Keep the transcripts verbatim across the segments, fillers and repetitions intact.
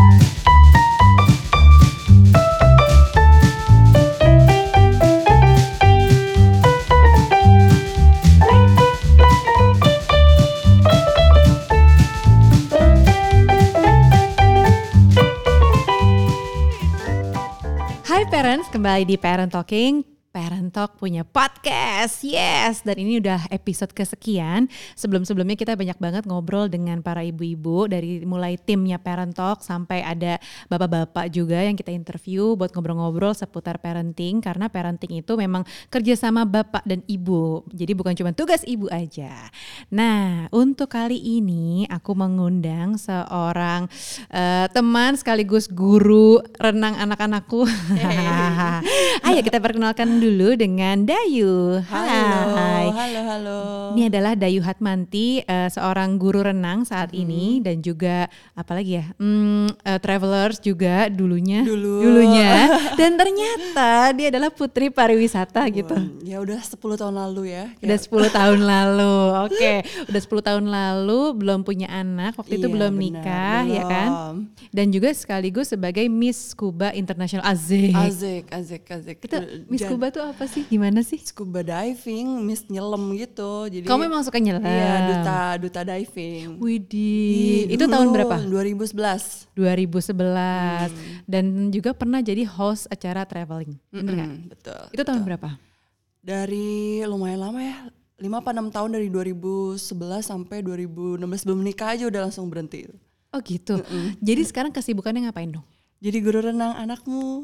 Parents, kembali di Parent Talking. Parent Talk punya podcast, yes. Dan ini udah episode kesekian. Sebelum-sebelumnya kita banyak banget ngobrol dengan para ibu-ibu. Dari mulai timnya Parent Talk sampai ada bapak-bapak juga yang kita interview buat ngobrol-ngobrol seputar parenting. Karena parenting itu memang kerjasama bapak dan ibu. Jadi bukan cuma tugas ibu aja. Nah, untuk kali ini aku mengundang seorang uh, teman sekaligus guru renang anak-anakku. Hey. Ayo kita perkenalkan dulu dengan Dayu. Halo, Hai. halo, halo. Ini adalah Dayu Hatmanti, uh, seorang guru renang saat hmm. ini dan juga apalagi ya, hmm, uh, travelers juga dulunya, Dulu. dulunya. Dan ternyata dia adalah putri pariwisata oh, gitu. Ya udah sepuluh tahun lalu ya. Udah sepuluh tahun lalu, oke. Okay. Udah sepuluh tahun lalu belum punya anak, waktu itu iya, belum benar, nikah belum. ya kan? Dan juga sekaligus sebagai Miss Scuba International. Azik. Azik, azik, azik. Kita Miss Scuba tuh apa sih? Gimana sih? Scuba diving, Miss nyelam gitu. Jadi kamu memang suka nyelam? Iya, duta duta diving. Widih. Itu tahun berapa? dua ribu sebelas dua ribu sebelas Hmm. Dan juga pernah jadi host acara traveling. Bener kan? Betul. Itu tahun betul. berapa? Dari lumayan lama ya. lima apa enam tahun, dari dua ribu sebelas sampai dua ribu enam belas, belum nikah aja udah langsung berhenti. Oh gitu. Mm-mm. Jadi sekarang kesibukannya ngapain dong? Jadi guru renang anakmu.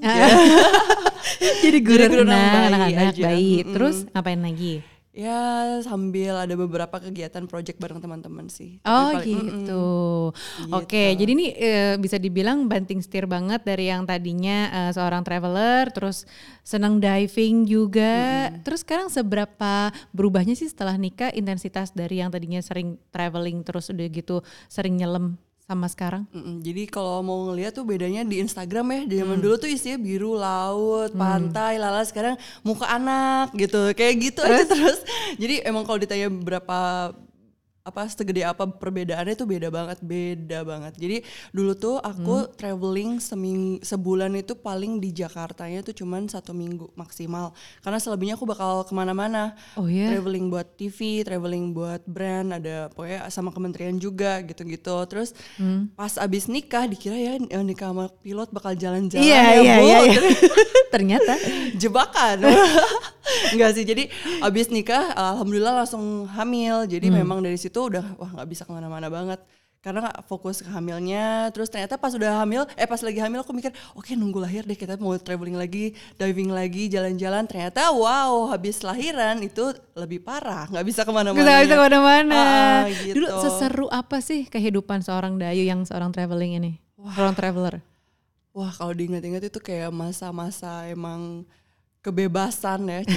Jadi guru, Jadi guru renang renang anak-anak bayi, bayi. Mm-mm. Terus ngapain lagi? Ya sambil ada beberapa kegiatan project bareng teman-teman sih. Oh paling, gitu. Gitu. Oke, jadi ini e, bisa dibilang banting setir banget dari yang tadinya e, seorang traveler, terus senang diving juga. Mm-hmm. Terus sekarang seberapa berubahnya sih setelah nikah intensitas dari yang tadinya sering traveling terus udah gitu sering nyelam sama sekarang? Mm-mm. Jadi kalau mau ngeliat tuh bedanya di Instagram ya. Di zaman hmm. dulu tuh isinya biru laut, hmm. pantai, lala. Sekarang muka anak gitu, kayak gitu terus? aja terus. Jadi emang kalau ditanya berapa apa segede apa perbedaannya tuh beda banget, beda banget. Jadi dulu tuh aku hmm. traveling seming, sebulan itu paling di Jakartanya tuh cuman satu minggu maksimal. Karena selebihnya aku bakal kemana-mana. Oh yeah? Traveling buat T V, traveling buat brand, ada pokoknya sama kementerian juga gitu-gitu. Terus hmm. pas abis nikah dikira ya nikah sama pilot bakal jalan-jalan yeah, ya yeah, bu. Yeah, yeah. Ternyata jebakan. Enggak sih, jadi abis nikah alhamdulillah langsung hamil. Jadi hmm. memang dari situ udah wah nggak bisa kemana-mana banget karena nggak fokus ke hamilnya. Terus ternyata pas udah hamil, eh pas lagi hamil aku mikir oke okay, nunggu lahir deh kita mau traveling lagi, diving lagi, jalan-jalan. Ternyata wow habis lahiran itu lebih parah, nggak bisa kemana-mana. Nggak bisa kemana-mana. Ah, gitu. Dulu seseru apa sih kehidupan seorang Dayu yang seorang traveling ini, wah. seorang traveler? Wah kalau diingat-ingat itu kayak masa-masa emang kebebasan ya.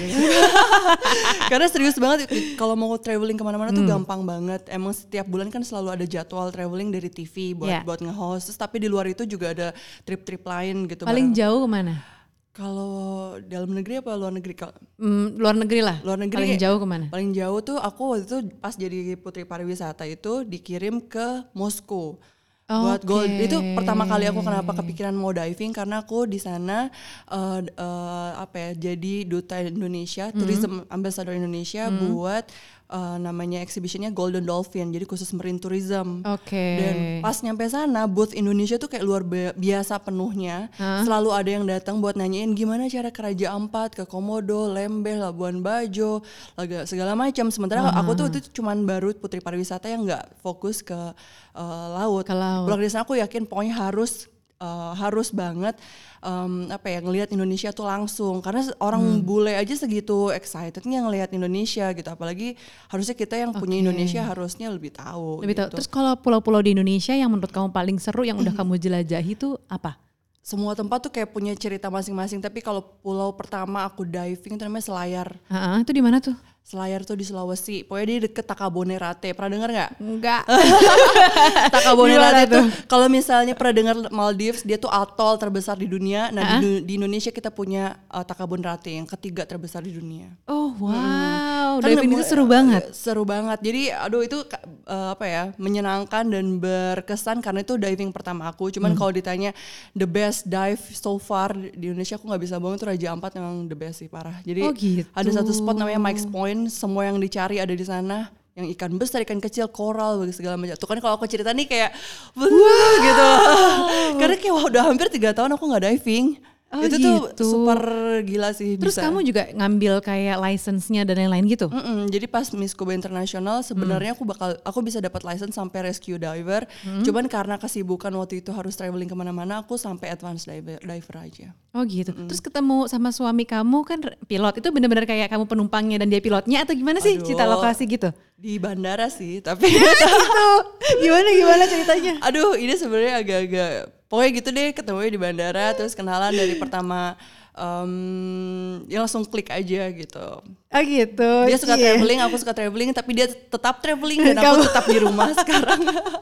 Karena serius banget kalau mau traveling kemana-mana hmm. tuh gampang banget. Emang setiap bulan kan selalu ada jadwal traveling dari T V buat yeah. buat nge-host. Terus, tapi di luar itu juga ada trip-trip lain gitu. Paling bareng. jauh kemana? Kalau dalam negeri apa luar negeri? Mm, luar negeri lah. Luar negeri. Paling jauh kemana? Paling jauh tuh aku waktu itu pas jadi putri pariwisata itu dikirim ke Moskow. Buat okay. gold itu pertama kali aku kenapa kepikiran mau diving karena aku di sana uh, uh, apa ya jadi duta Indonesia, mm-hmm. tourism ambassador Indonesia mm-hmm. buat uh, namanya exhibitionnya Golden Dolphin, jadi khusus marine tourism. Oke. Okay. Dan pas nyampe sana booth Indonesia tuh kayak luar biasa penuhnya, huh? Selalu ada yang datang buat nanyain gimana cara ke Raja Ampat, ke Komodo, Lembeh, Labuan Bajo, segala macam. Sementara uh-huh. aku tuh itu cuman baru putri pariwisata yang nggak fokus ke uh, laut. Ke laut. Pulang dari sana aku yakin pokoknya harus uh, harus banget um, apa ya ngelihat Indonesia tuh langsung karena orang hmm. bule aja segitu excitednya ngelihat Indonesia gitu, apalagi harusnya kita yang okay. punya Indonesia harusnya lebih tahu. Lebih gitu. tahu. Terus kalau pulau-pulau di Indonesia yang menurut kamu paling seru yang udah kamu jelajahi itu apa? Semua tempat tuh kayak punya cerita masing-masing, tapi kalau pulau pertama aku diving itu namanya Selayar. Uh-uh, itu di mana tuh? selayar tuh di Sulawesi. Pokoknya dia deket Takabonerate. Pernah dengar nggak? Enggak. Takabonerate tuh kalau misalnya pernah dengar Maldives, dia tuh atol terbesar di dunia. Nah, uh-huh. di, di Indonesia kita punya uh, Takabonerate yang ketiga terbesar di dunia. Oh wow, hmm. diving kan, itu seru banget. Seru banget. Jadi aduh itu uh, apa ya, menyenangkan dan berkesan karena itu diving pertama aku. Cuman hmm. kalau ditanya the best dive so far di Indonesia, aku nggak bisa bohong, itu Raja Ampat memang the best sih, parah. Jadi oh, gitu. ada satu spot namanya Mike's Point, semua yang dicari ada di sana, yang ikan besar, ikan kecil, koral, segala macam. Tuh kan kalau aku cerita nih kayak wow gitu. Karena kayak wah udah hampir tiga tahun aku nggak diving. Oh, itu gitu. Tuh super gila sih. Terus bisa. Kamu juga ngambil kayak license-nya dan lain-lain gitu? Mm-mm, jadi pas Miss Scuba International sebenarnya hmm. aku bakal aku bisa dapat license sampai rescue diver. Hmm. Cuman karena kesibukan waktu itu harus traveling kemana-mana, aku sampai advanced diver, diver aja. Oh gitu. Mm-mm. Terus ketemu sama suami kamu kan pilot, itu benar-benar kayak kamu penumpangnya dan dia pilotnya atau gimana sih? Aduh, cerita lokasi gitu? Di bandara sih, tapi gitu. Gimana gimana ceritanya? Aduh, ini sebenarnya agak-agak pokoknya gitu deh, ketemu di bandara, terus kenalan dari pertama, um, ya langsung klik aja gitu. Oh gitu. Dia suka yeah. traveling, aku suka traveling, tapi dia tetap traveling dan aku tetap di rumah sekarang.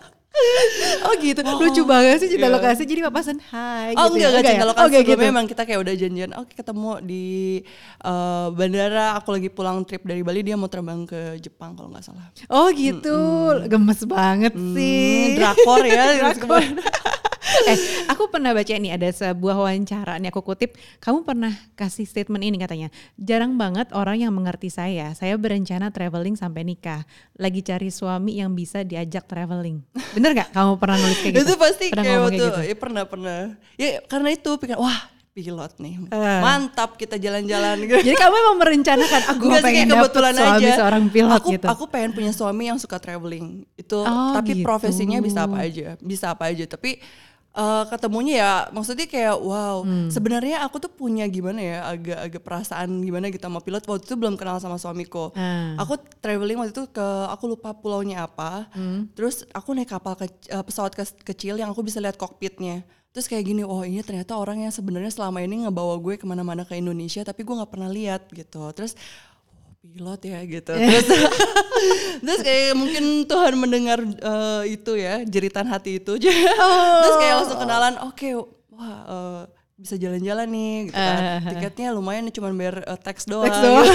Oh gitu, oh, lucu banget sih cinta yeah. lokasi. Jadi papasan hai oh, gitu. Oh enggak, enggak cinta ya? lokasi, okay, gitu. Memang kita kayak udah janjian, oke okay, ketemu di uh, bandara, aku lagi pulang trip dari Bali, dia mau terbang ke Jepang kalau gak salah. Oh gitu, hmm, gemes banget hmm, sih. Drakor ya. Drakor. eh, aku pernah baca nih ada sebuah wawancara nih aku kutip, kamu pernah kasih statement ini katanya, jarang banget orang yang mengerti saya, saya berencana traveling sampai nikah, lagi cari suami yang bisa diajak traveling. Bener gak kamu pernah nulis kayak gitu? Itu pasti pernah kayak waktu, gitu? ya pernah pernah. Ya karena itu pikir wah pilot nih, uh. mantap kita jalan-jalan. Jadi kamu emang merencanakan aku mau pengen dapet suami aja. Seorang pilot aku, gitu. Aku pengen punya suami yang suka traveling. Itu oh, tapi gitu. Profesinya bisa apa aja, bisa apa aja. Tapi uh, ketemunya ya maksudnya kayak wow. Hmm. Sebenarnya aku tuh punya gimana ya, agak-agak perasaan gimana gitu sama pilot. Waktu itu belum kenal sama suamiku. Hmm. Aku traveling waktu itu ke, aku lupa pulaunya apa. Hmm. Terus aku naik kapal ke, uh, pesawat ke, kecil yang aku bisa lihat kokpitnya. Terus kayak gini, oh ini ternyata orang yang sebenarnya selama ini ngebawa gue kemana-mana ke Indonesia, tapi gue nggak pernah lihat gitu. Terus oh, pilot ya gitu. Terus, terus kayak mungkin Tuhan mendengar uh, itu ya, jeritan hati itu. Oh. Terus kayak langsung kenalan, oke, okay, wah uh, bisa jalan-jalan nih, gitu kan. Uh. Tiketnya lumayan, cuma bayar uh, teks doang. Teks doang.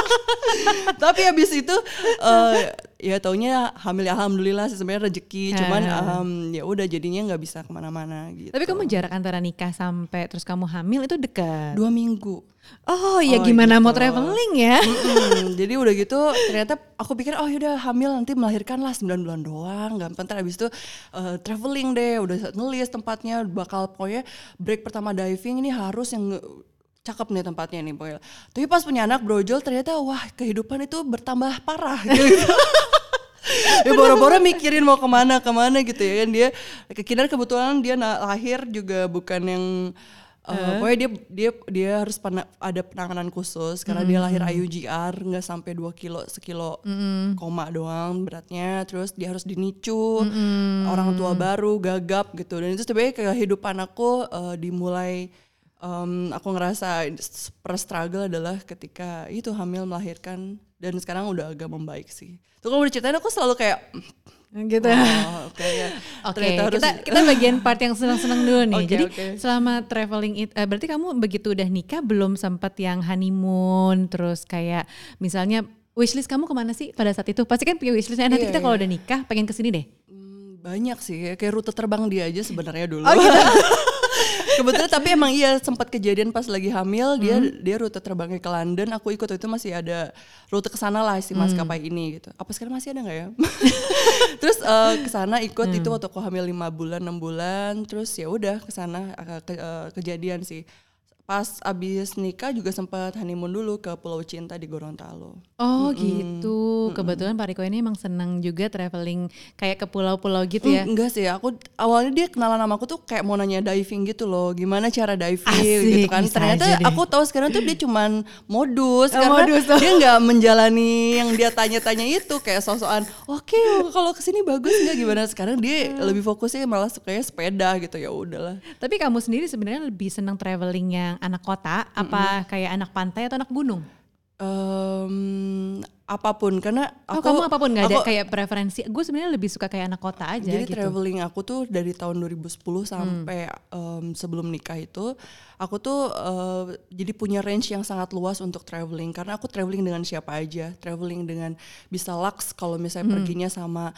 Tapi habis itu uh, ya taunya hamil, ya alhamdulillah sih sebenarnya rezeki, cuman um, ya udah jadinya nggak bisa kemana-mana gitu. Tapi kamu jarak antara nikah sampai terus kamu hamil itu dekat? Dua minggu. Oh ya oh, gimana gitu. Mau traveling ya? Mm-mm. Jadi udah gitu ternyata aku pikir oh yaudah hamil nanti melahirkan lah sembilan bulan doang, gampang. Ntar abis itu uh, traveling deh, udah ngelis tempatnya, bakal pokoknya break pertama diving ini harus yang cakep nih tempatnya nih pokoknya. Tapi pas punya anak brojol ternyata wah kehidupan itu bertambah parah gitu. Ya boro-boro mikirin mau kemana kemana gitu ya kan, dia kekinar kebetulan dia lahir juga bukan yang uh, uh. pokoknya dia dia dia harus pana, ada penanganan khusus karena mm. dia lahir I U G R nggak sampai dua kilo sekilo mm. koma doang beratnya, terus dia harus dinicu mm. orang tua baru gagap gitu, dan itu sebenarnya kehidupan aku uh, dimulai. Um, aku ngerasa per struggle adalah ketika itu hamil melahirkan, dan sekarang udah agak membaik sih. Tuh kalau udah ceritain aku selalu kayak gitu. Oh, oke ya. Oke, kita kita bagian part yang senang-senang dulu nih. Okay, Jadi okay. selama traveling itu, eh, berarti kamu begitu udah nikah belum sempat yang honeymoon, terus kayak misalnya wishlist kamu kemana sih pada saat itu? Pasti kan punya wishlistnya. Nanti yeah, kita kalau yeah. udah nikah pengen kesini deh. Hmm, banyak sih, kayak rute terbang dia aja sebenarnya dulu. Oh, gitu. Kebetulan tapi emang iya sempat kejadian pas lagi hamil, dia hmm. dia rute terbangnya ke London, aku ikut, itu masih ada rute ke sana lah si maskapai hmm. ini gitu. Apa sekarang masih ada enggak ya? Terus uh, ke sana ikut hmm. itu waktu aku hamil lima bulan enam bulan, terus ya udah ke sana uh, ke, uh, kejadian sih. Pas abis nikah juga sempat honeymoon dulu ke Pulau Cinta di Gorontalo. Oh mm-mm. gitu. Mm-mm. Kebetulan Pak Riko ini emang senang juga traveling kayak ke pulau-pulau gitu ya? Mm, enggak sih, aku awalnya dia kenalan sama aku tuh kayak mau nanya diving gitu loh. Gimana cara diving Asik, gitu kan. Ternyata aku tahu sekarang tuh dia cuman modus. Oh, karena modus, dia gak menjalani yang dia tanya-tanya itu. Kayak sok-sokan, oke okay, kalau kesini bagus gak gimana. Sekarang dia hmm. lebih fokusnya malah sukanya sepeda gitu, ya udahlah. Tapi kamu sendiri sebenarnya lebih senang travelingnya anak kota apa mm-hmm. kayak anak pantai atau anak gunung? Um, apapun karena oh, aku kamu apapun nggak ada aku, kayak preferensi. Gue sebenarnya lebih suka kayak anak kota aja jadi gitu. traveling aku tuh dari tahun dua ribu sepuluh sampai hmm. um, sebelum nikah itu aku tuh uh, jadi punya range yang sangat luas untuk traveling karena aku traveling dengan siapa aja, traveling dengan bisa lux kalau misalnya hmm. perginya sama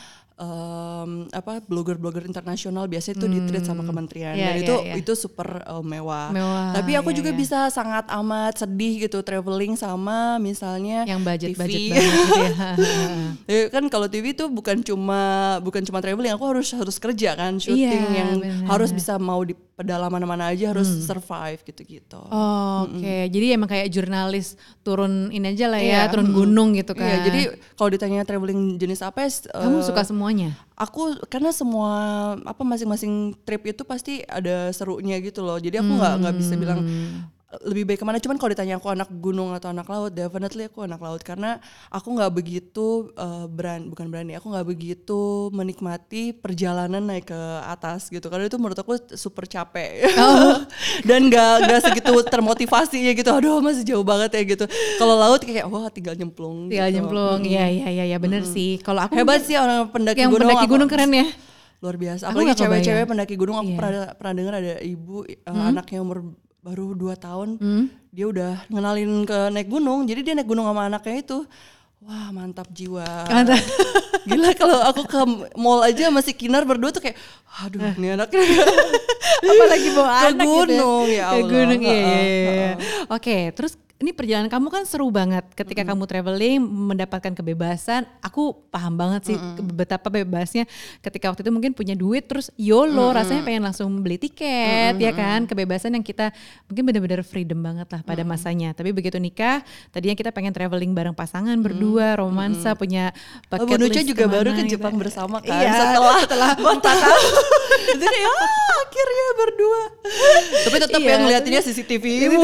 um, apa blogger-blogger internasional biasanya itu hmm. di-treat sama kementerian yeah, dan yeah, itu yeah. itu super uh, mewah. mewah. Tapi aku yeah, juga yeah. bisa sangat amat sedih gitu traveling sama misalnya yang budget T V. Budget banget gitu ya. Ya kan kalau T V tuh bukan cuma bukan cuma traveling, aku harus harus kerja kan, syuting yeah, yang bener. Harus bisa mau di pedalaman mana aja harus hmm. survive gitu-gitu. Oh, oke, okay. Jadi emang kayak jurnalis turun ini aja lah ya, yeah. turun gunung gitu kan. Iya, yeah, jadi kalau ditanya traveling jenis apa, kamu uh, suka semuanya? Aku karena semua apa masing-masing trip itu pasti ada serunya gitu loh. Jadi aku nggak hmm. nggak bisa bilang lebih baik kemana, cuman kalau ditanya aku anak gunung atau anak laut, definitely aku anak laut karena aku nggak begitu uh, berani, bukan berani, aku nggak begitu menikmati perjalanan naik ke atas gitu karena itu menurut aku super capek oh. dan nggak nggak segitu termotivasi ya gitu, aduh masih jauh banget ya gitu. Kalau laut kayak wah tinggal nyemplung, tinggal gitu. nyemplung, iya iya iya ya, bener mm-hmm. sih. Kalau aku hebat sih orang pendaki yang gunung, pendaki gunung aku, keren ya. Luar biasa. Apalagi cewek-cewek pendaki gunung, aku yeah. pernah pernah dengar ada ibu uh, hmm? anaknya umur baru dua tahun, hmm? dia udah ngenalin ke naik gunung, jadi dia naik gunung sama anaknya itu, wah mantap jiwa. Mantap. Gila kalau aku ke mall aja masih Kinar berdua tuh kayak, aduh ini anaknya. Apalagi bawa ke anak gunung gitu ya, ya Allah. Ke gunung iya. iya, iya. Oke, terus ini perjalanan kamu kan seru banget ketika mm-hmm. kamu traveling mendapatkan kebebasan. Aku paham banget sih mm-hmm. betapa bebasnya ketika waktu itu mungkin punya duit terus YOLO mm-hmm. rasanya pengen langsung beli tiket mm-hmm. ya kan, kebebasan yang kita mungkin benar-benar freedom banget lah pada mm-hmm. masanya. Tapi begitu nikah tadinya kita pengen traveling bareng pasangan mm-hmm. berdua, romansa, mm-hmm. punya paket oh, Bu Nucha juga baru ke gitu. Jepang bersama kan iya, setelah setelah empat tahun. Jadi ya akhirnya berdua. Tapi tetap iya, yang ngeliatinnya C C T V gitu.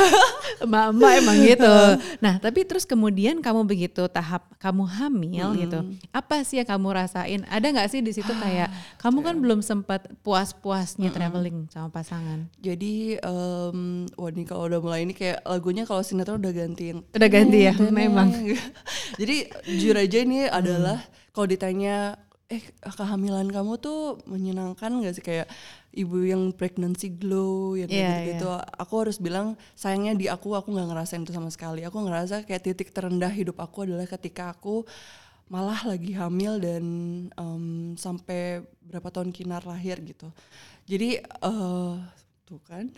Mbak emang gitu. Nah tapi terus kemudian kamu begitu tahap kamu hamil hmm. gitu, apa sih yang kamu rasain? Ada nggak sih di situ kayak kamu kan belum sempat puas-puasnya hmm. traveling sama pasangan? Jadi um, wah nih kalau udah mulai ini kayak lagunya kalau sinetron udah gantiin. Udah ganti ya, memang. Jadi jujur aja ini hmm. adalah kalau ditanya eh kehamilan kamu tuh menyenangkan gak sih, kayak ibu yang pregnancy glow yang yeah, gitu-gitu. Yeah. Aku harus bilang sayangnya di aku aku nggak ngerasain itu sama sekali. Aku ngerasa kayak titik terendah hidup aku adalah ketika aku malah lagi hamil dan um, sampai berapa tahun Kinar lahir gitu. Jadi uh, tuh kan.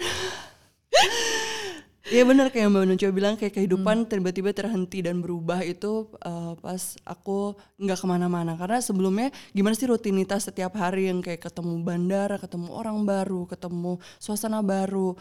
Iya benar kayak Mbak Nucha bilang kayak kehidupan hmm. tiba-tiba terhenti dan berubah itu uh, pas aku nggak kemana-mana karena sebelumnya gimana sih rutinitas setiap hari yang kayak ketemu bandara, ketemu orang baru, ketemu suasana baru,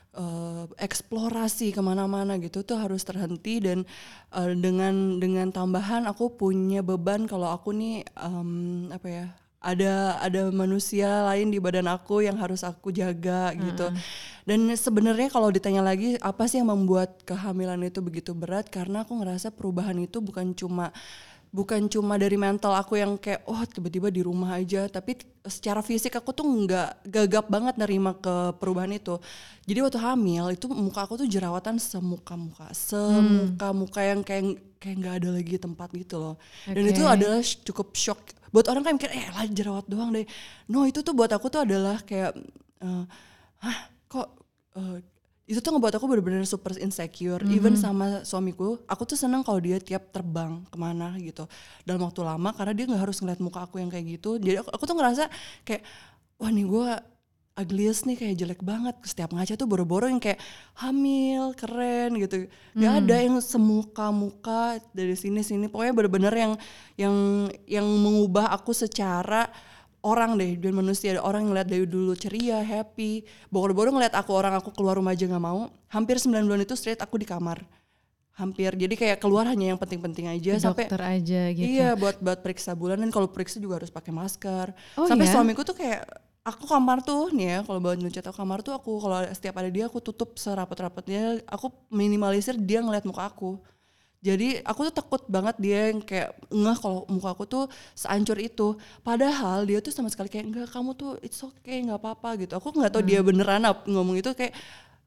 uh, eksplorasi kemana-mana gitu tuh harus terhenti dan uh, dengan dengan tambahan aku punya beban kalau aku nih um, apa ya ada ada manusia lain di badan aku yang harus aku jaga gitu. Uh-huh. Dan sebenarnya kalau ditanya lagi apa sih yang membuat kehamilan itu begitu berat, karena aku ngerasa perubahan itu bukan cuma bukan cuma dari mental aku yang kayak oh tiba-tiba di rumah aja, tapi secara fisik aku tuh nggak gagap banget nerima ke perubahan itu. Jadi waktu hamil itu muka aku tuh jerawatan semuka-muka, semuka-muka yang kayak kayak nggak ada lagi tempat gitu loh. Okay. Dan itu adalah cukup shock buat orang kan mikir eh lah jerawat doang deh. No itu tuh buat aku tuh adalah kayak uh, hah kok uh, itu tuh ngebuat aku benar-benar super insecure. Mm-hmm. Even sama suamiku, aku tuh senang kalau dia tiap terbang kemana gitu dalam waktu lama karena dia nggak harus ngeliat muka aku yang kayak gitu. Jadi aku, aku tuh ngerasa kayak wah nih gue ugliest nih, kayak jelek banget. Setiap ngaca tuh boro-boro yang kayak hamil keren gitu. Gak mm. ada yang semuka-muka dari sini-sini. Pokoknya benar-benar yang yang yang mengubah aku secara orang deh, dan manusia. Orang ngeliat dari dulu ceria, happy, boro-boro ngeliat aku orang aku keluar rumah aja nggak mau. Hampir sembilan bulan itu straight aku di kamar, hampir. Jadi kayak keluar hanya yang penting-penting aja. Dokter sampai aja gitu. Iya buat buat periksa bulanan. Kalau periksa juga harus pakai masker. Oh, sampai iya? Suamiku tuh kayak aku kamar tuh nih ya, kalau Mbak Nucha tahu kamar tuh aku kalau setiap ada dia aku tutup serapat-rapatnya. Aku minimalisir dia ngeliat muka aku. Jadi aku tuh takut banget dia yang kayak ngeh kalau muka aku tuh seancur itu. Padahal dia tuh sama sekali kayak enggak, kamu tuh it's okay, nggak apa-apa gitu. Aku nggak tahu hmm. dia beneran apa ngomong itu, kayak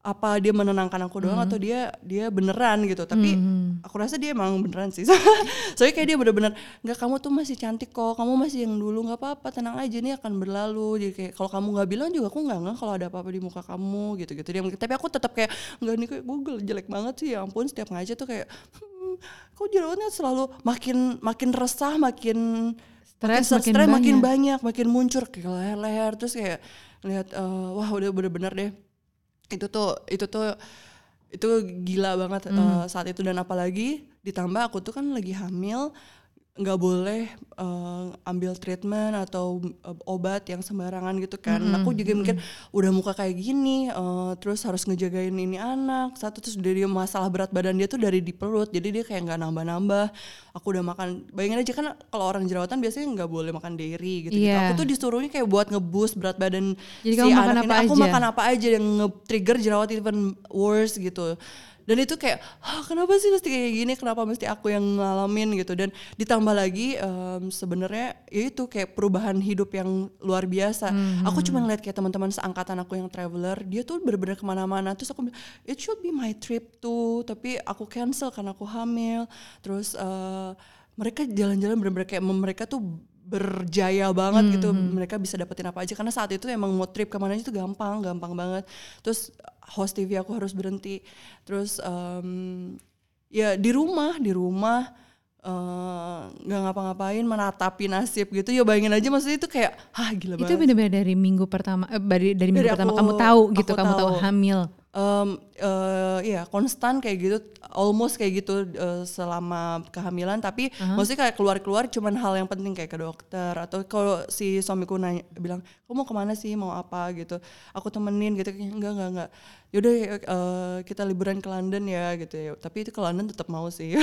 apa dia menenangkan aku doang hmm. atau dia dia beneran gitu. Tapi hmm. aku rasa dia emang beneran sih. Soalnya kayak dia bener-bener nggak, kamu tuh masih cantik kok, kamu masih yang dulu, nggak apa-apa, tenang aja, nih akan berlalu. Jadi kayak kalau kamu nggak bilang juga aku nggak nggak kalau ada apa-apa di muka kamu gitu-gitu. Dia, tapi aku tetap kayak nggak nih, kayak Google jelek banget sih, ya ampun. Setiap ngaca tuh kayak hmm, kok jerawatnya selalu makin makin resah, makin stres, makin, makin, makin banyak, makin muncul ke leher-leher. Terus kayak lihat uh, wah udah bener-bener deh. Itu tuh itu tuh itu gila banget hmm. uh, saat itu. Dan apalagi ditambah aku tuh kan lagi hamil, nggak boleh uh, ambil treatment atau uh, obat yang sembarangan gitu kan. Mm-hmm. Aku juga mikir udah muka kayak gini, uh, terus harus ngejagain ini anak satu, terus dari masalah berat badan dia tuh dari di perut, jadi dia kayak nggak nambah-nambah. Aku udah makan, bayangin aja kan kalau orang jerawatan biasanya nggak boleh makan dairy gitu. Yeah. Aku tuh disuruhnya kayak buat nge-boost berat badan jadi si anak ini. Aku aja? makan apa aja yang nge-trigger jerawat even worse gitu. Dan itu kayak, ah, kenapa sih mesti kayak gini? Kenapa mesti aku yang ngalamin gitu? Dan ditambah lagi um, sebenarnya ya itu kayak perubahan hidup yang luar biasa. Mm-hmm. Aku cuma ngeliat kayak teman-teman seangkatan aku yang traveler, dia tuh bener-bener kemana-mana. Terus aku bilang, it should be my trip tuh, tapi aku cancel karena aku hamil. Terus uh, mereka jalan-jalan bener-bener kayak mereka tuh berjaya banget mm-hmm. gitu, mereka bisa dapetin apa aja karena saat itu emang mau trip kemana aja tuh gampang, gampang banget. Terus host T V aku harus berhenti, terus um, ya di rumah, di rumah nggak uh, ngapa-ngapain, menatapi nasib gitu. Ya bayangin aja, maksudnya itu kayak, hah gila banget. Itu benar-benar dari minggu pertama, eh, dari, dari minggu dari pertama aku, kamu tahu gitu, kamu tahu, tahu hamil. Um, uh, ya konstan kayak gitu, almost kayak gitu uh, selama kehamilan. Tapi uh-huh. maksudnya kayak keluar-keluar cuman hal yang penting kayak ke dokter, atau kalau si suamiku nanya, bilang kamu mau kemana sih, mau apa gitu, aku temenin gitu. Enggak enggak enggak yaudah uh, kita liburan ke London ya gitu ya. Tapi itu ke London tetap mau sih.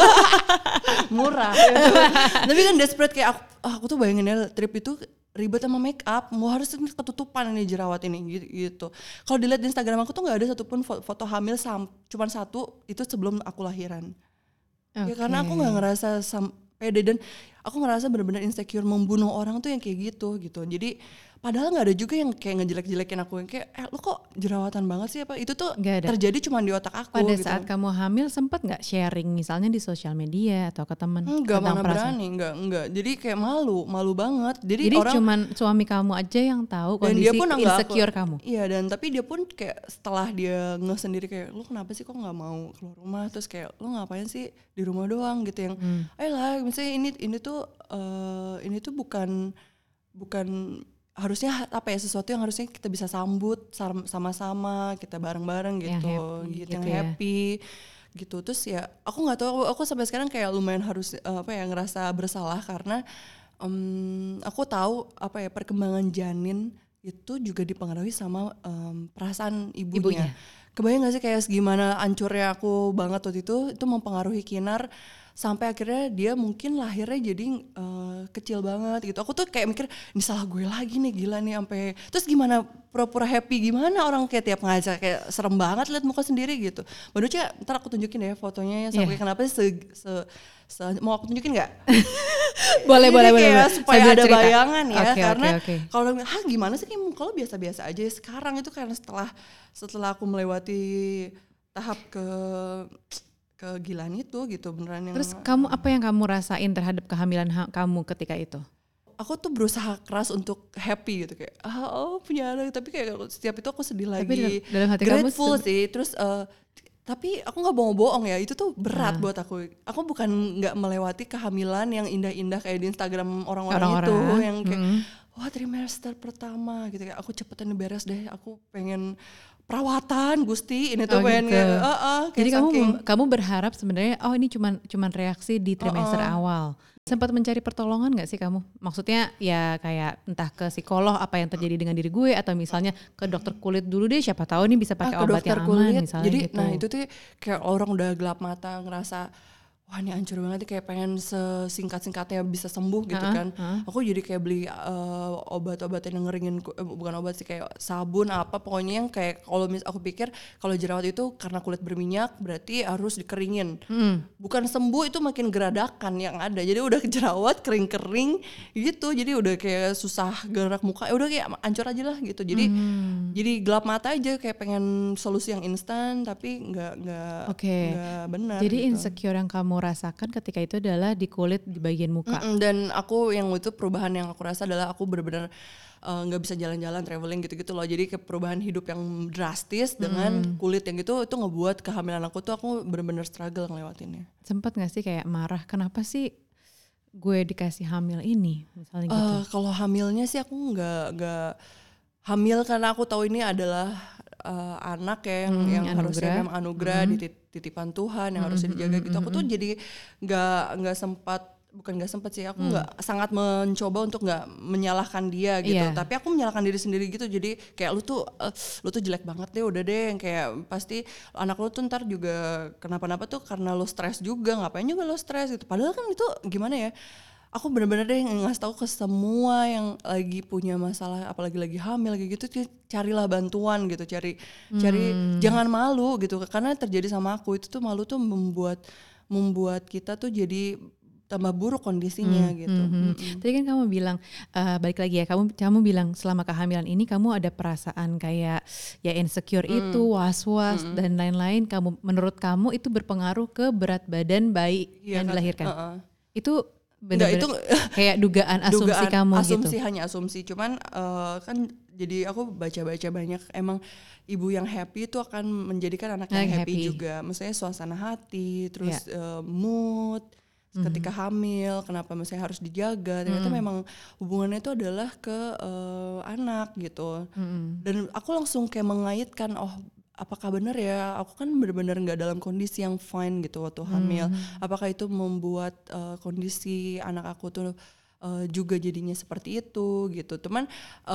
Murah gitu. Tapi kan desperate kayak aku, aku tuh bayangin ya trip itu ribet sama make up, mau harus ketutupan ini jerawat ini gitu. gitu. Kalau dilihat di Instagram aku tuh nggak ada satupun foto hamil, sam, cuman satu itu sebelum aku lahiran. Okay. Ya karena aku nggak ngerasa sam, pede, dan aku ngerasa benar-benar insecure membunuh orang tuh yang kayak gitu gitu. Jadi padahal nggak ada juga yang kayak ngejelek-jelekin aku yang kayak eh lu kok jerawatan banget sih apa, itu tuh terjadi cuma di otak aku. Pada gitu. saat kamu hamil sempat nggak sharing misalnya di sosial media atau ke teman? Enggak, mana berani, enggak enggak. Jadi kayak malu, malu banget. Jadi, Jadi orang, cuman suami kamu aja yang tahu dan kondisi dia pun insecure aku, kamu. Iya, dan tapi dia pun kayak setelah dia nge sendiri kayak lu kenapa sih kok nggak mau keluar rumah, terus kayak lu ngapain sih di rumah doang gitu yang, hmm. ayolah misalnya ini ini tuh uh, ini tuh bukan bukan harusnya apa ya, sesuatu yang harusnya kita bisa sambut sama-sama, kita bareng-bareng gitu, yang happy, gitu, yang ya. happy gitu. Terus ya aku nggak tahu, aku, aku sampai sekarang kayak lumayan harus uh, apa ya, ngerasa bersalah karena um, aku tahu apa ya, perkembangan janin itu juga dipengaruhi sama um, perasaan ibunya. ibunya. Kebayang gak sih kayak gimana hancurnya aku banget waktu itu, itu mempengaruhi Kinar. Sampai akhirnya dia mungkin lahirnya jadi uh, kecil banget gitu. Aku tuh kayak mikir, ini salah gue lagi nih, gila nih sampai. Terus gimana pura-pura happy, gimana orang kayak tiap ngajak kayak serem banget lihat muka sendiri gitu. Mbak Ducia, ntar aku tunjukin deh fotonya sampai yeah. kenapa sih se, se, se mau aku tunjukin nggak? boleh boleh boleh. Supaya ada cerita. Bayangan ya, okay, karena okay, okay. kalau ah gimana sih kayak muka lo biasa-biasa aja. Sekarang itu karena setelah setelah aku melewati tahap ke kegilaan itu gitu beneran yang. Terus kamu apa yang kamu rasain terhadap kehamilan ha- kamu ketika itu? Aku tuh berusaha keras untuk happy gitu kayak ah oh punya anak, tapi kayak setiap itu aku sedih lagi. Tapi dalam hati grateful kamu sih. Terus uh, tapi aku nggak bohong-bohong ya, itu tuh berat nah. buat aku. Aku bukan nggak melewati kehamilan yang indah-indah kayak di Instagram orang-orang, orang-orang. itu yang kayak hmm. wah trimester pertama gitu kayak aku cepetan beres deh, aku pengen perawatan Gusti ini tuh oh, pengen gitu. uh, uh, Jadi kamu kamu berharap sebenarnya oh ini cuman cuman reaksi di trimester uh, uh. awal. Sempat mencari pertolongan nggak sih kamu? Maksudnya ya kayak entah ke psikolog apa yang terjadi dengan diri gue, atau misalnya ke dokter kulit dulu deh, siapa tahu nih bisa pakai ah, obat yang aman kulit. Misalnya. Jadi gitu. nah itu tuh kayak orang udah gelap mata ngerasa wah ini hancur banget, kayak pengen sesingkat-singkatnya bisa sembuh gitu uh-huh, kan. Uh-huh. Aku jadi kayak beli uh, obat-obatan yang ngeringin, eh, bukan obat sih, kayak sabun apa pokoknya yang kayak kalau mis aku pikir kalau jerawat itu karena kulit berminyak berarti harus dikeringin. Hmm. Bukan sembuh, itu makin geradakan yang ada. Jadi udah jerawat kering-kering gitu. Jadi udah kayak susah gerak muka. Ya udah kayak hancur aja lah gitu. Jadi hmm. jadi gelap mata aja kayak pengen solusi yang instan tapi nggak nggak okay. nggak benar. Jadi gitu. insecure yang kamu rasakan ketika itu adalah di kulit di bagian muka. Mm-mm, dan aku yang itu perubahan yang aku rasa adalah aku benar-benar nggak uh, bisa jalan-jalan, traveling gitu-gitu loh. Jadi ke perubahan hidup yang drastis dengan hmm. kulit yang gitu itu ngebuat kehamilan aku tuh aku benar-benar struggle ngelewatinnya. Sempet nggak sih kayak marah kenapa sih gue dikasih hamil ini misalnya gitu? Uh, kalau hamilnya sih aku nggak nggak hamil karena aku tahu ini adalah uh, anak ya yang, hmm, yang anugerah. harusnya memang anugerah hmm. dititipan Tuhan yang hmm. harusnya dijaga gitu. Aku tuh jadi nggak nggak sempat bukan nggak sempat sih aku nggak hmm. sangat mencoba untuk nggak menyalahkan dia gitu. Yeah. Tapi aku menyalahkan diri sendiri gitu. Jadi kayak lu tuh uh, lu tuh jelek banget deh udah deh yang kayak pasti anak lu tuh ntar juga kenapa-napa tuh karena lu stres juga ngapain juga lu stres gitu. Padahal kan itu gimana ya? Aku benar-benar deh ngasih tahu ke semua yang lagi punya masalah apalagi lagi hamil kayak gitu carilah bantuan gitu cari hmm. cari jangan malu gitu karena terjadi sama aku itu tuh malu tuh membuat membuat kita tuh jadi tambah buruk kondisinya hmm, gitu. Hmm, hmm. Tadi kan kamu bilang uh, balik lagi ya kamu kamu bilang selama kehamilan ini kamu ada perasaan kayak ya insecure hmm. itu was-was hmm. dan lain-lain. Kamu menurut kamu itu berpengaruh ke berat badan bayi ya, yang dilahirkan. Uh-uh. Itu benar-benar itu kayak dugaan asumsi dugaan, kamu asumsi, gitu. Asumsi hanya asumsi. Cuman uh, kan jadi aku baca-baca banyak emang ibu yang happy itu akan menjadikan anak yang happy, happy juga. Maksudnya suasana hati, terus yeah. uh, mood ketika mm-hmm. hamil, kenapa misalnya harus dijaga, ternyata mm. memang hubungannya itu adalah ke uh, anak gitu. Mm-hmm. Dan aku langsung kayak mengaitkan, oh apakah benar ya, aku kan benar-benar gak dalam kondisi yang fine gitu waktu hamil. Mm. Apakah itu membuat uh, kondisi anak aku tuh uh, juga jadinya seperti itu gitu. Cuman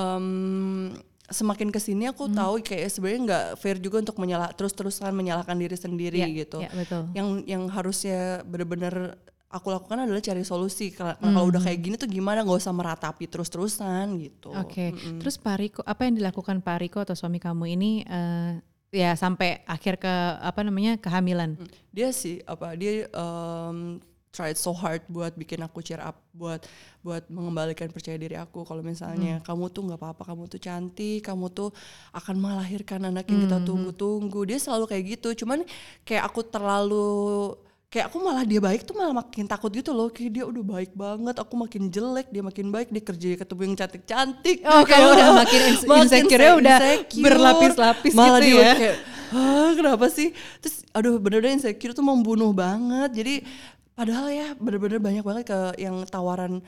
um, semakin kesini aku hmm. tahu kayak sebenarnya nggak fair juga untuk menyalah terus-terusan menyalahkan diri sendiri yeah, gitu. Yeah, betul. Yang yang harusnya benar-benar aku lakukan adalah cari solusi. Kalau hmm. udah kayak gini tuh gimana, nggak usah meratapi terus-terusan gitu. Oke. Okay. Terus Pak Riko, apa yang dilakukan Pak Riko atau suami kamu ini uh, ya sampai akhir ke apa namanya kehamilan? Dia sih apa dia um, tried so hard buat bikin aku cheer up, buat buat mengembalikan percaya diri aku. Kalau misalnya hmm. kamu tuh nggak apa-apa, kamu tuh cantik, kamu tuh akan melahirkan anak yang kita tunggu-tunggu. Dia selalu kayak gitu. Cuman kayak aku terlalu kayak aku malah dia baik tuh malah makin takut gitu loh. Kayak dia udah baik banget, aku makin jelek, dia makin baik, dia kerja ketemu yang cantik-cantik. Oh, kamu udah makin insecure-nya udah insecure. Berlapis-lapis malah gitu dia ya. Kayak, ah, kenapa sih? Terus aduh bener-bener insecure tuh membunuh banget. Jadi padahal ya bener-bener banyak banget ke yang tawaran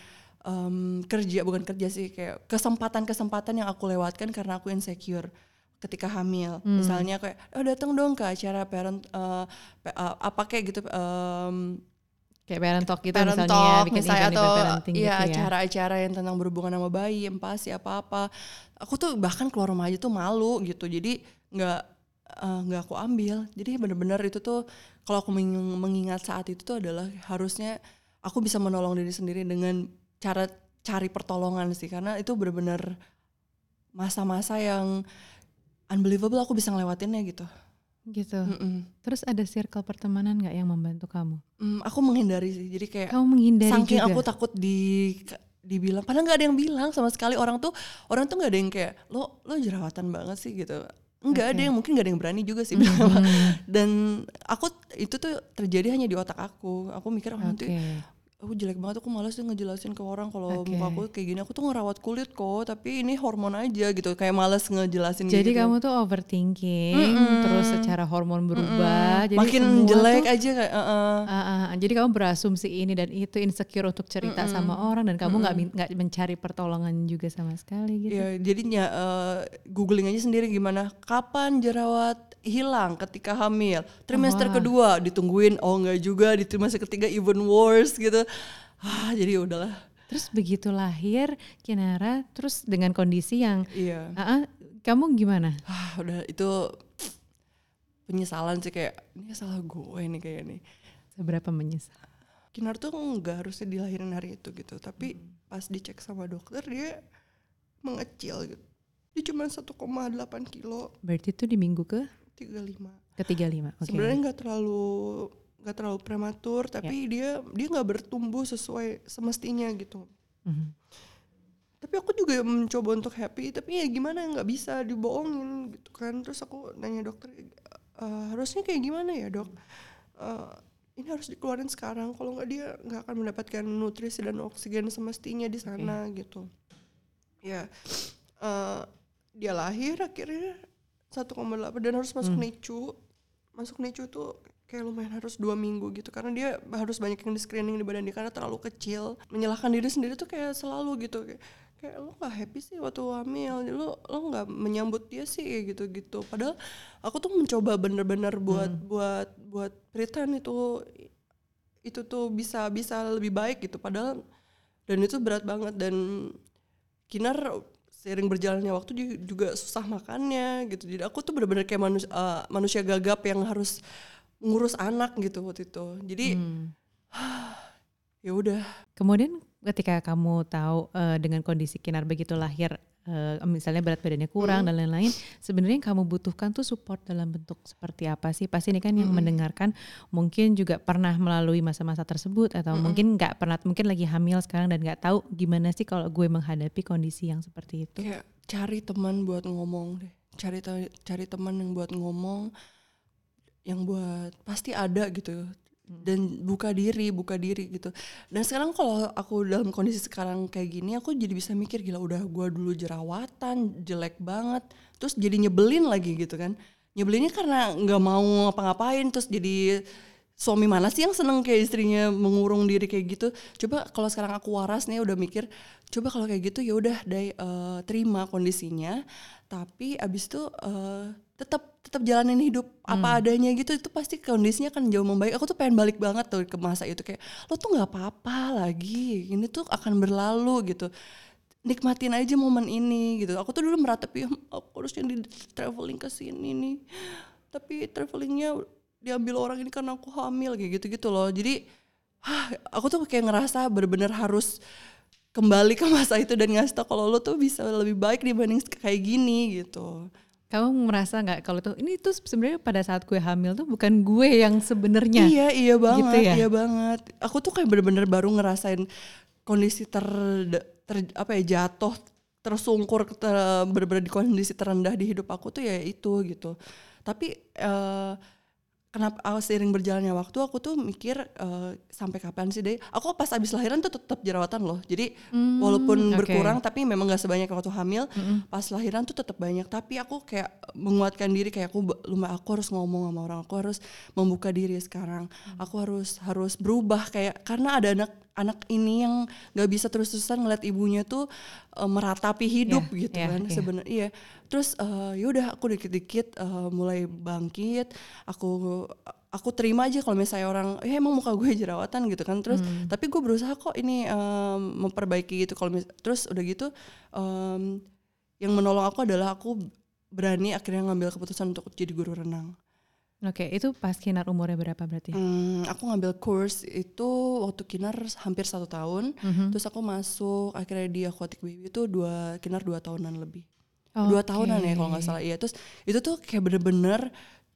um, kerja, bukan kerja sih, kayak kesempatan-kesempatan yang aku lewatkan karena aku insecure ketika hamil. Hmm. Misalnya kayak, oh datang dong ke acara parent, uh, uh, apa kayak gitu, um, kayak parent talk gitu parent misalnya, talk, bikin misalnya event atau parenting ya, gitu ya. acara-acara yang tentang berhubungan sama bayi, empati apa-apa. Aku tuh bahkan keluar rumah aja tuh malu gitu, jadi nggak nggak uh, aku ambil. Jadi benar-benar itu tuh kalau aku mengingat saat itu tuh adalah harusnya aku bisa menolong diri sendiri dengan cara cari pertolongan sih, karena itu benar-benar masa-masa yang unbelievable aku bisa ngelewatinnya gitu. Gitu. Mm-mm. Terus ada circle pertemanan nggak yang membantu kamu? Mm, aku menghindari sih. Jadi kayak kamu menghindari saking juga? Aku takut di dibilang, padahal nggak ada yang bilang sama sekali. Orang tuh orang tuh nggak ada yang kayak lo lo jerawatan banget sih gitu. Enggak okay. ada yang mungkin nggak ada yang berani juga sih bilang. Mm-hmm. Dan aku itu tuh terjadi hanya di otak aku. Aku mikir oh nanti okay. aku jelek banget, aku malas tuh ngejelasin ke orang kalau okay. muka aku kayak gini. Aku tuh ngerawat kulit kok, tapi ini hormon aja gitu. Kayak malas ngejelasin. Jadi gitu. kamu tuh overthinking, mm-mm. terus secara hormon berubah. Jadi makin jelek tuh, aja kayak. Uh-uh. Uh-uh. Jadi kamu berasumsi ini dan itu, insecure untuk cerita mm-mm. sama orang, dan kamu nggak nggak mencari pertolongan juga sama sekali gitu. Ya, jadinya uh, googling aja sendiri gimana. Kapan jerawat hilang ketika hamil? Trimester oh, kedua ditungguin, oh enggak juga, di trimester ketiga even worse gitu. Ah, jadi udahlah. Terus begitu lahir Kinara, terus dengan kondisi yang iya. uh-uh, kamu gimana? Ah, udah itu penyesalan sih, kayak ini salah gue nih kayak nih. Seberapa menyesal? Kinara tuh enggak harusnya dilahirin hari itu gitu, tapi hmm. pas dicek sama dokter dia mengecil gitu. Dia cuma satu koma delapan kilo. Berarti itu di minggu ke? tiga puluh lima. Ke tiga puluh lima. Okay. Sebenarnya nggak terlalu nggak terlalu prematur, tapi yeah. dia dia nggak bertumbuh sesuai semestinya gitu. Mm-hmm. tapi aku juga mencoba untuk happy, tapi ya gimana, nggak bisa dibohongin gitu kan. Terus aku nanya dokter, e, harusnya kayak gimana ya dok, uh, ini harus dikeluarin sekarang, kalau nggak dia nggak akan mendapatkan nutrisi dan oksigen semestinya di sana. Okay. Gitu ya. Uh, dia lahir akhirnya satu koma delapan dan harus masuk hmm. NICU. Masuk NICU tuh kayak lumayan harus dua minggu gitu, karena dia harus banyak yang di screening di badan dia karena terlalu kecil. Menyalahkan diri sendiri tuh kayak selalu gitu, kayak, kayak lo nggak happy sih waktu hamil, lo lo nggak menyambut dia sih kayak gitu-gitu. Padahal aku tuh mencoba bener-bener buat hmm. buat buat pretend itu itu tuh bisa bisa lebih baik gitu. Padahal dan itu berat banget. Dan Kinar seiring berjalannya waktu juga susah makannya gitu. Jadi aku tuh bener-bener kayak manusia, uh, manusia gagap yang harus ngurus anak gitu waktu itu. Jadi hmm. ya udah. Kemudian ketika kamu tahu uh, dengan kondisi Kinar begitu lahir, uh, misalnya berat badannya kurang hmm. dan lain-lain, sebenarnya yang kamu butuhkan tuh support dalam bentuk seperti apa sih? Pasti ini kan yang hmm. mendengarkan mungkin juga pernah melalui masa-masa tersebut atau hmm. mungkin nggak pernah, mungkin lagi hamil sekarang dan nggak tahu gimana sih kalau gue menghadapi kondisi yang seperti itu. Kayak cari teman buat ngomong deh, cari cari teman yang buat ngomong, yang buat pasti ada gitu. Dan buka diri, buka diri gitu. Dan sekarang kalau aku dalam kondisi sekarang kayak gini, aku jadi bisa mikir, gila udah gue dulu jerawatan, jelek banget, terus jadi nyebelin lagi gitu kan. Nyebelinnya karena gak mau ngapa-ngapain, terus jadi suami mana sih yang seneng kayak istrinya mengurung diri kayak gitu. Coba kalau sekarang aku waras nih udah mikir, coba kalau kayak gitu ya udah deh, uh, terima kondisinya, tapi abis itu uh, tetap tetap jalanin hidup apa hmm. adanya gitu. Itu pasti kondisinya kan jauh membaik. Aku tuh pengen balik banget tuh ke masa itu, kayak lo tuh nggak apa-apa lagi, ini tuh akan berlalu gitu, nikmatin aja momen ini gitu. Aku tuh dulu meratapi aku harusnya di traveling ke sini nih, tapi travelingnya diambil orang ini karena aku hamil kayak gitu-gitu loh. Jadi hah, aku tuh kayak ngerasa bener-bener harus kembali ke masa itu dan ngasih tau kalau lo tuh bisa lebih baik dibanding kayak gini gitu. Kamu merasa nggak kalau tuh ini tuh sebenarnya pada saat gue hamil tuh bukan gue yang sebenarnya? Iya iya banget, gitu ya? iya banget. Aku tuh kayak bener-bener baru ngerasain kondisi ter, ter apa ya jatuh, tersungkur, ter, bener-bener di kondisi terendah di hidup aku tuh ya itu gitu. Tapi uh, kenapa seiring berjalannya waktu aku tuh mikir uh, sampai kapan sih deh. Aku pas abis lahiran tuh tetap jerawatan loh. Jadi hmm, walaupun okay. berkurang tapi memang gak sebanyak waktu hamil. Mm-hmm. Pas lahiran tuh tetap banyak. Tapi aku kayak menguatkan diri, kayak aku lumayan aku harus ngomong sama orang. Aku harus membuka diri sekarang. Hmm. Aku harus harus berubah kayak karena ada anak anak ini yang gak bisa terus-terusan ngeliat ibunya tuh uh, meratapi hidup yeah, gitu yeah, kan yeah. sebenarnya. Iya. Terus uh, yaudah aku dikit-dikit uh, mulai bangkit. Aku aku terima aja kalau misalnya orang, ya emang muka gue jerawatan gitu kan. Terus hmm. tapi gue berusaha kok ini um, memperbaiki gitu. Kalau mis- terus udah gitu um, yang menolong aku adalah aku berani akhirnya ngambil keputusan untuk jadi guru renang. Oke, okay, itu pas Kinar umurnya berapa berarti? Hmm, aku ngambil course itu waktu Kinar hampir satu tahun. Mm-hmm. Terus aku masuk akhirnya di Aquatic Baby itu dua Kinar dua tahunan lebih. Okay. Dua tahunan ya kalau nggak salah. Iya, terus itu tuh kayak bener-bener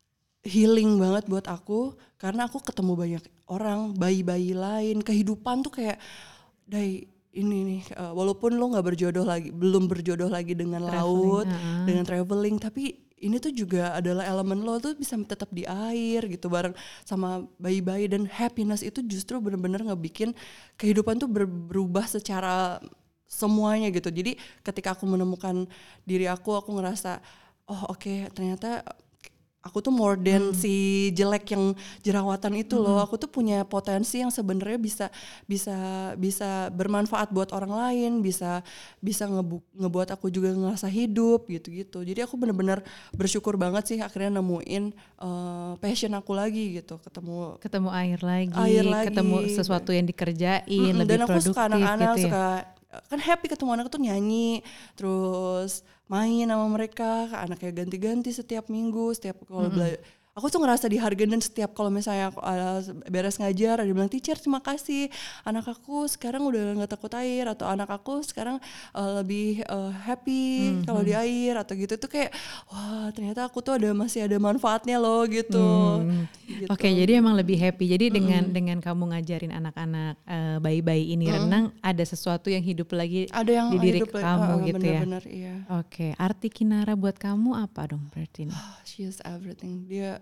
healing banget buat aku karena aku ketemu banyak orang, bayi-bayi lain, kehidupan tuh kayak dari ini nih, uh, walaupun lo nggak berjodoh lagi, belum berjodoh lagi dengan traveling, laut, uh-huh. dengan traveling, tapi ini tuh juga adalah elemen lo tuh bisa tetap di air gitu bareng sama bayi-bayi, dan happiness itu justru benar-benar ngebikin kehidupan tuh ber- berubah secara semuanya gitu. Jadi ketika aku menemukan diri aku, aku ngerasa oh oke okay, ternyata aku tuh more than hmm. si jelek yang jerawatan itu loh. Hmm. Aku tuh punya potensi yang sebenarnya bisa bisa bisa bermanfaat buat orang lain, bisa bisa ngebu- ngebuat aku juga ngerasa hidup gitu-gitu. Jadi aku benar-benar bersyukur banget sih akhirnya nemuin uh, passion aku lagi gitu, ketemu ketemu air lagi, air lagi. ketemu sesuatu yang dikerjain, mm-hmm. lebih dan aku produktif suka anak-anak, gitu ya. suka kan happy ketemu anak tuh nyanyi, terus main sama mereka, anaknya ganti-ganti setiap minggu, setiap kalau mm-hmm. bela- aku tuh ngerasa dihargain, dan setiap kalau misalnya aku uh, beres ngajar ada bilang, teacher terima kasih, anak aku sekarang udah nggak takut air, atau anak aku sekarang uh, lebih uh, happy hmm, kalau hmm. di air atau gitu, tuh kayak wah ternyata aku tuh ada masih ada manfaatnya loh gitu. Hmm. gitu. Oke, okay, jadi emang lebih happy. Jadi mm-hmm. dengan dengan kamu ngajarin anak-anak uh, bayi-bayi ini mm-hmm. renang, ada sesuatu yang hidup lagi ada yang di diri hidup kamu uh, gitu bener-bener, ya. Iya. Oke, okay. Arti Kinara buat kamu apa dong berarti ini? Oh, she is everything. Dia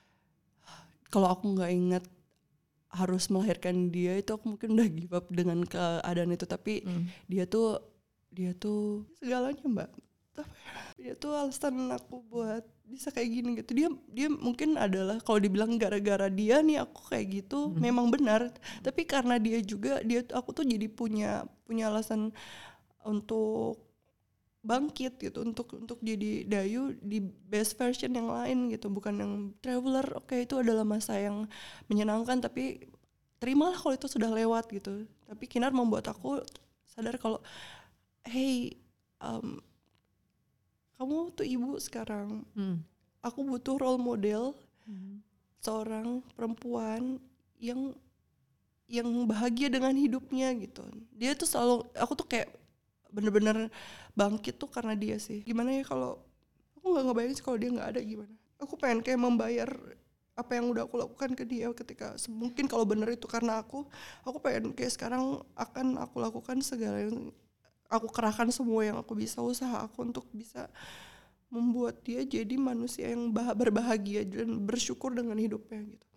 kalau aku nggak ingat harus melahirkan dia, itu aku mungkin udah give up dengan keadaan itu. Tapi mm. dia tuh dia tuh segalanya Mbak. Dia tuh alasan aku buat bisa kayak gini gitu. Dia dia mungkin adalah kalau dibilang gara-gara dia nih aku kayak gitu, hmm. memang benar. Tapi karena dia juga dia aku tuh jadi punya punya alasan untuk bangkit gitu, untuk untuk jadi Dayu di best version yang lain gitu, bukan yang traveler. Oke, itu adalah masa yang menyenangkan, tapi terimalah kalau itu sudah lewat gitu. Tapi Kinar membuat aku sadar kalau hey, um, kamu tuh ibu sekarang, hmm. aku butuh role model hmm. seorang perempuan yang yang bahagia dengan hidupnya gitu. Dia tuh selalu, aku tuh kayak bener-bener bangkit tuh karena dia sih. Gimana ya kalau aku nggak ngebayangin kalau dia nggak ada gimana. Aku pengen kayak membayar apa yang udah aku lakukan ke dia ketika mungkin kalau bener itu karena aku, aku pengen kayak sekarang akan aku lakukan segala yang aku kerahkan semua yang aku bisa, usaha aku untuk bisa membuat dia jadi manusia yang bah- berbahagia dan bersyukur dengan hidupnya gitu.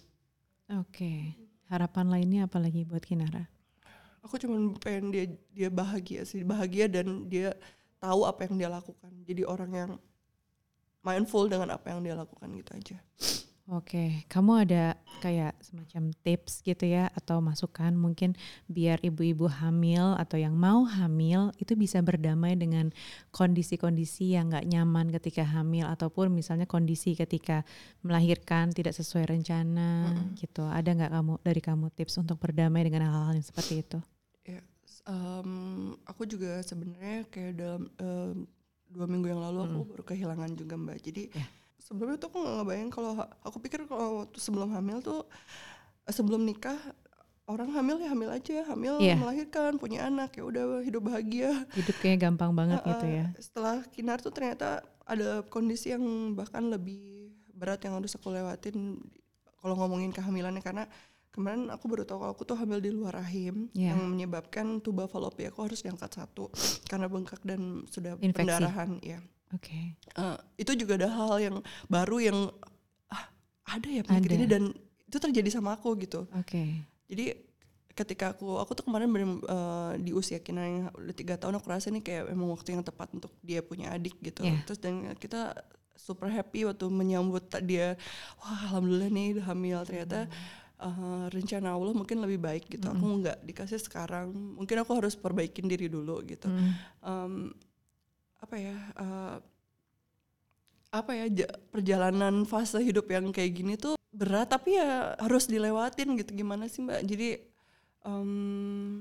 Oke, harapan lainnya apa lagi buat Kinara? Aku cuma pengen dia dia bahagia sih, bahagia dan dia tahu apa yang dia lakukan. Jadi orang yang mindful dengan apa yang dia lakukan gitu aja. Oke, kamu ada kayak semacam tips gitu ya atau masukan mungkin biar ibu-ibu hamil atau yang mau hamil itu bisa berdamai dengan kondisi-kondisi yang gak nyaman ketika hamil, ataupun misalnya kondisi ketika melahirkan tidak sesuai rencana mm-hmm. gitu. Ada gak kamu dari kamu tips untuk berdamai dengan hal-hal yang seperti itu? Ya, um, aku juga sebenarnya kayak dalam um, dua minggu yang lalu aku mm. baru kehilangan juga Mbak. Jadi yeah. sebelumnya tuh aku gak ngebayang kalau, aku pikir kalau sebelum hamil tuh, sebelum nikah, orang hamil ya hamil aja, hamil yeah. melahirkan, punya anak, ya udah hidup bahagia. Hidup kayaknya gampang banget uh, gitu ya. Setelah Kinar tuh ternyata ada kondisi yang bahkan lebih berat yang harus aku lewatin kalau ngomongin kehamilannya, karena kemarin aku baru tahu kalau aku tuh hamil di luar rahim yeah. yang menyebabkan tuba falopi aku harus diangkat satu karena bengkak dan sudah infeksi. Pendarahan ya. Oke. Okay. Uh, itu juga ada hal yang baru yang ah, ada ya penyakit ada. Ini, dan itu terjadi sama aku gitu. Oke. Okay. Jadi ketika aku aku tuh kemarin bener, uh, di usia Kinar yang udah tiga tahun, aku rasa ini kayak memang waktu yang tepat untuk dia punya adik gitu. Yeah. Terus dan kita super happy waktu menyambut dia. Wah alhamdulillah nih udah hamil. Ternyata uh, rencana Allah mungkin lebih baik gitu. Mm. Aku nggak dikasih sekarang. Mungkin aku harus perbaikin diri dulu gitu. Mm. Um, apa ya uh, apa ya j- perjalanan fase hidup yang kayak gini tuh berat, tapi ya harus dilewatin gitu. Gimana sih Mbak? Jadi um,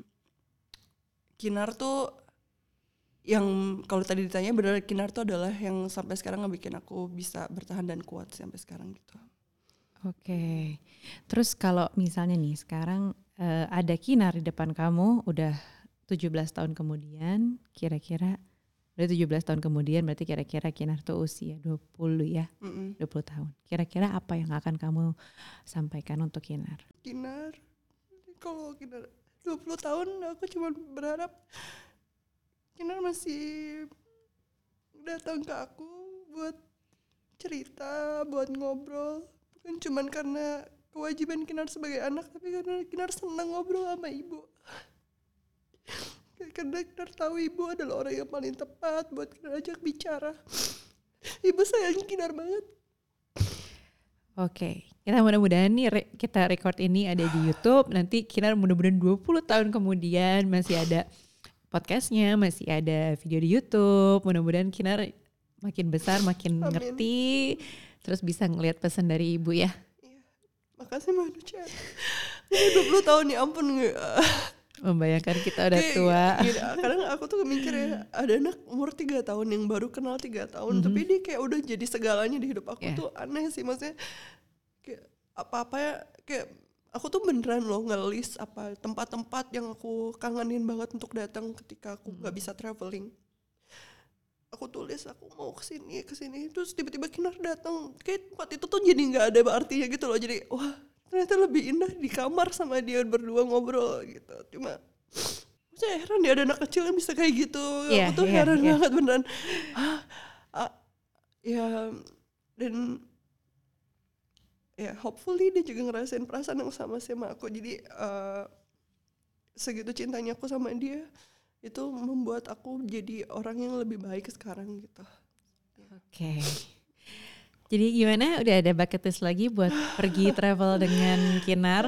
Kinar tuh yang kalau tadi ditanya benar, Kinar tuh adalah yang sampai sekarang ngebikin aku bisa bertahan dan kuat sampai sekarang gitu. Oke, terus kalau misalnya nih sekarang uh, ada Kinar di depan kamu udah tujuh belas tahun kemudian, kira-kira udah tujuh belas tahun kemudian berarti kira-kira Kinar tuh usia dua puluh ya, Mm-mm. dua puluh tahun. Kira-kira apa yang akan kamu sampaikan untuk Kinar? Kinar, kalau Kinar dua puluh tahun aku cuma berharap Kinar masih datang ke aku buat cerita, buat ngobrol. Bukan cuma karena kewajiban Kinar sebagai anak, tapi karena Kinar senang ngobrol sama ibu. Karena Kinar tahu ibu adalah orang yang paling tepat buat Kinar ajak bicara. Ibu sayang Kinar banget. Oke, kita mudah-mudahan nih re- kita record ini ada di YouTube. Nanti Kinar mudah-mudahan dua puluh tahun kemudian masih ada podcastnya, masih ada video di YouTube. Mudah-mudahan Kinar makin besar, makin Amin. Ngerti, terus bisa ngelihat pesan dari ibu ya. Iya, makasih Mbak Nucha. Ini dua puluh tahun ya ampun. Membayangkan kita udah Kayak tua. gini, kadang aku tuh mikir ya, ada anak umur tiga tahun yang baru kenal tiga tahun, mm-hmm. tapi dia kayak udah jadi segalanya di hidup aku. Yeah. Tuh aneh sih, maksudnya kayak apa-apa ya, kayak aku tuh beneran loh ngelis apa tempat-tempat yang aku kangenin banget untuk datang ketika aku nggak mm-hmm. bisa traveling. Aku tulis aku mau kesini kesini, terus tiba-tiba Kinar datang, kayak tempat itu tuh jadi nggak ada artinya gitu loh. Jadi wah, ternyata lebih indah di kamar sama dia berdua ngobrol gitu. Cuma saya heran ya ada anak kecil yang bisa kayak gitu. Yeah, aku tuh yeah, heran yeah. banget beneran. Ah, ah, ya dan ya hopefully dia juga ngerasain perasaan yang sama sama aku. Jadi uh, segitu cintanya aku sama dia, itu membuat aku jadi orang yang lebih baik sekarang gitu. Oke. Okay. Jadi gimana? Udah ada bucket list lagi buat pergi travel dengan Kinar?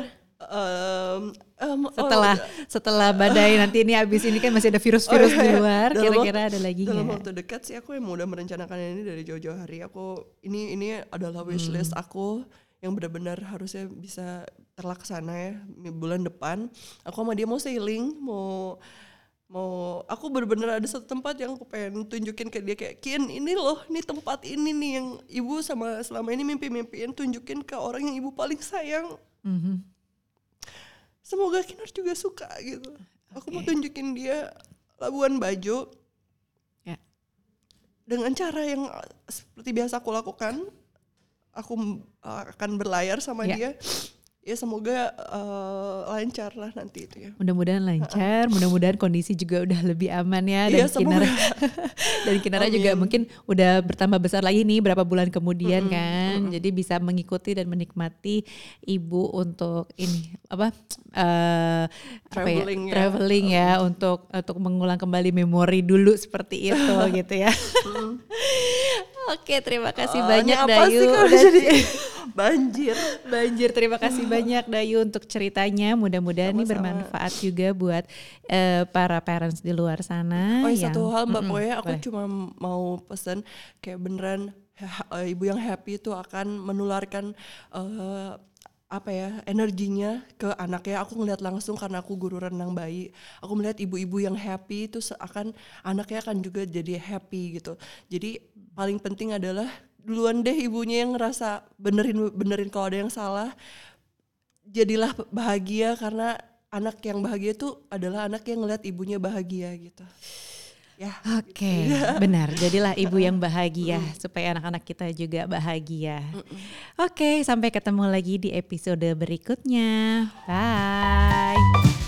Um, um, setelah oh, setelah badai uh, nanti ini abis ini kan masih ada virus-virus oh, iya, iya. di luar. Dalam kira-kira waktu, ada lagi nggak? Dalam waktu dekat sih aku yang udah merencanakan ini dari jauh-jauh hari. Aku ini ini adalah wish list hmm. aku yang benar-benar harusnya bisa terlaksana ya bulan depan. Aku sama dia mau sailing, mau mau aku benar-benar ada satu tempat yang aku pengen tunjukin ke dia, kayak Kin ini loh, ini tempat ini nih yang ibu sama selama ini mimpi-mimpiin, tunjukin ke orang yang ibu paling sayang. Mm-hmm. Semoga Kinar juga suka gitu. Okay. Aku mau tunjukin dia Labuan Bajo yeah. dengan cara yang seperti biasa aku lakukan. Aku akan berlayar sama yeah. dia. Ya semoga uh, lancar lah nanti itu ya. Mudah-mudahan lancar, uh-uh. mudah-mudahan kondisi juga udah lebih aman ya. Dan Kinar dan Kinara juga mungkin udah bertambah besar lagi nih berapa bulan kemudian mm-hmm. kan. Mm-hmm. Jadi bisa mengikuti dan menikmati ibu untuk ini apa uh, traveling apa ya, ya. traveling ya uh-huh. untuk untuk mengulang kembali memori dulu seperti itu gitu ya. Mm. Oke, terima kasih uh, banyak Dayu. Udah jadi banjir. Banjir, terima kasih banyak Dayu untuk ceritanya. Mudah-mudahan ini bermanfaat juga buat uh, para parents di luar sana. Oh, yang, satu hal Mbak Poya, aku boleh. Cuma mau pesan kayak beneran ha- ibu yang happy itu akan menularkan uh, apa ya energinya ke anaknya. Aku ngeliat langsung karena aku guru renang bayi. Aku melihat ibu-ibu yang happy itu akan anaknya akan juga jadi happy gitu. Jadi paling penting adalah duluan deh ibunya yang ngerasa benerin benerin kalau ada yang salah. Jadilah bahagia karena anak yang bahagia itu adalah anak yang ngeliat ibunya bahagia gitu. Ya. Oke, okay, gitu. Benar. Jadilah ibu yang bahagia supaya anak-anak kita juga bahagia. Oke, okay, sampai ketemu lagi di episode berikutnya. Bye.